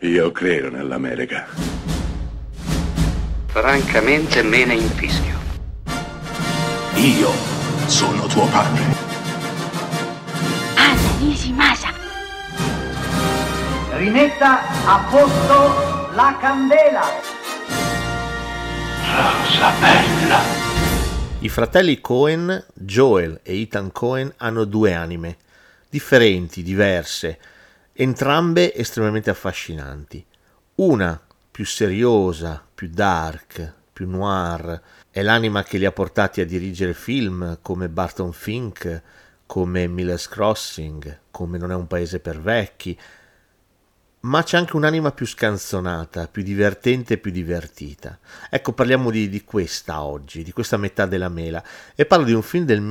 Io credo nell'America. Francamente me ne infischio. Io sono tuo padre. Anna Nishimasa. Rimetta a posto la candela. Rosa bella. I fratelli Coen, Joel e Ethan Coen, hanno due anime, differenti, diverse, entrambe estremamente affascinanti. Una più seriosa, più dark, più noir, è l'anima che li ha portati a dirigere film come Barton Fink, come Miller's Crossing, come Non è un paese per vecchi, ma c'è anche un'anima più scanzonata, più divertente e più divertita. Ecco, parliamo di questa oggi, di questa metà della mela, e parlo di un film del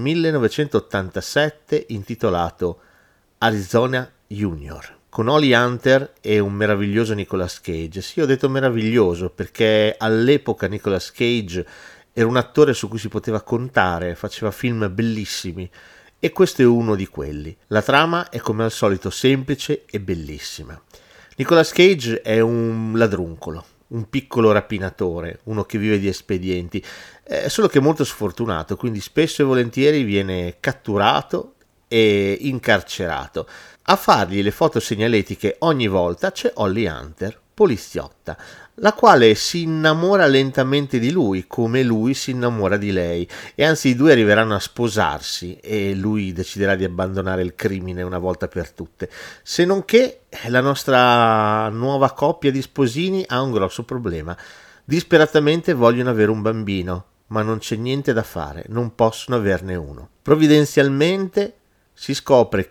1987 intitolato Arizona Junior, con Holly Hunter e un meraviglioso Nicolas Cage. Sì, ho detto meraviglioso perché all'epoca Nicolas Cage era un attore su cui si poteva contare, faceva film bellissimi, e questo è uno di quelli. La trama è come al solito semplice e bellissima. Nicolas Cage è un ladruncolo, un piccolo rapinatore, uno che vive di espedienti, solo che è molto sfortunato, quindi spesso e volentieri viene catturato e incarcerato. A fargli le foto segnaletiche ogni volta c'è Holly Hunter, poliziotta, la quale si innamora lentamente di lui, come lui si innamora di lei, e anzi i due arriveranno a sposarsi e lui deciderà di abbandonare il crimine una volta per tutte. Se non che la nostra nuova coppia di sposini ha un grosso problema. Disperatamente vogliono avere un bambino, ma non c'è niente da fare, non possono averne uno. Provvidenzialmente si scopre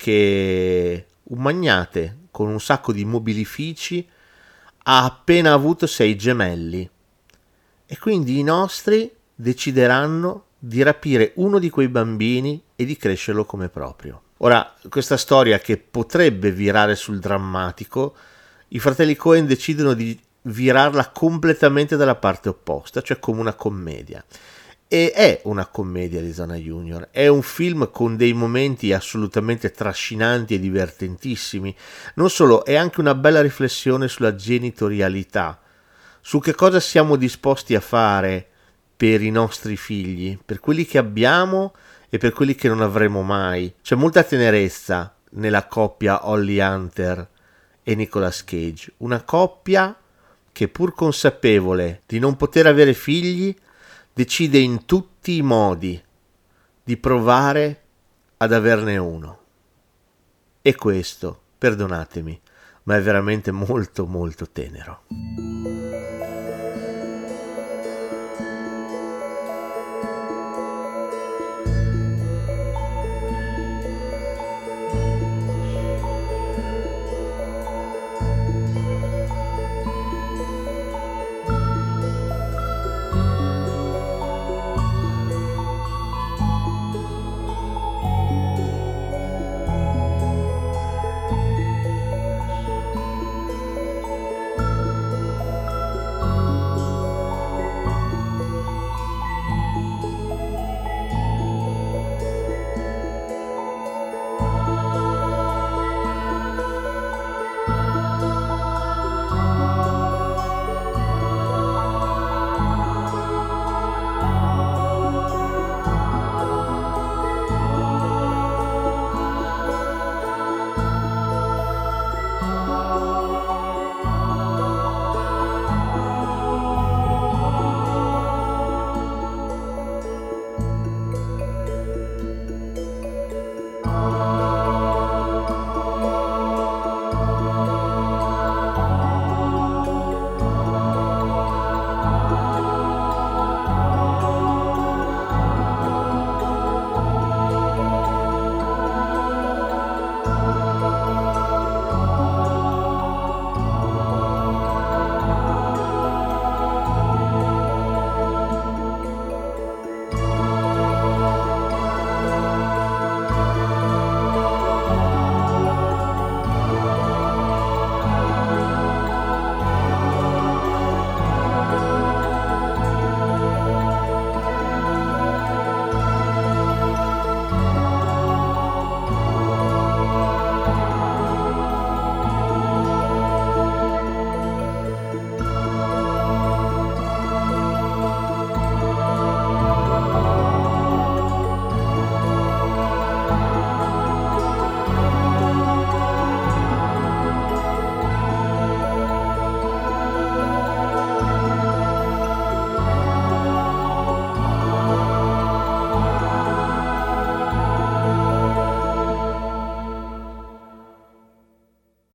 che un magnate con un sacco di mobilifici ha appena avuto 6 gemelli e quindi i nostri decideranno di rapire uno di quei bambini e di crescerlo come proprio. Ora, questa storia che potrebbe virare sul drammatico, i fratelli Coen decidono di virarla completamente dalla parte opposta, cioè come una commedia. E è una commedia di Arizona Junior, è un film con dei momenti assolutamente trascinanti e divertentissimi. Non solo, è anche una bella riflessione sulla genitorialità, su che cosa siamo disposti a fare per i nostri figli, per quelli che abbiamo e per quelli che non avremo mai. C'è molta tenerezza nella coppia Holly Hunter e Nicolas Cage, una coppia che pur consapevole di non poter avere figli decide in tutti i modi di provare ad averne uno. E questo, perdonatemi, ma è veramente molto molto tenero.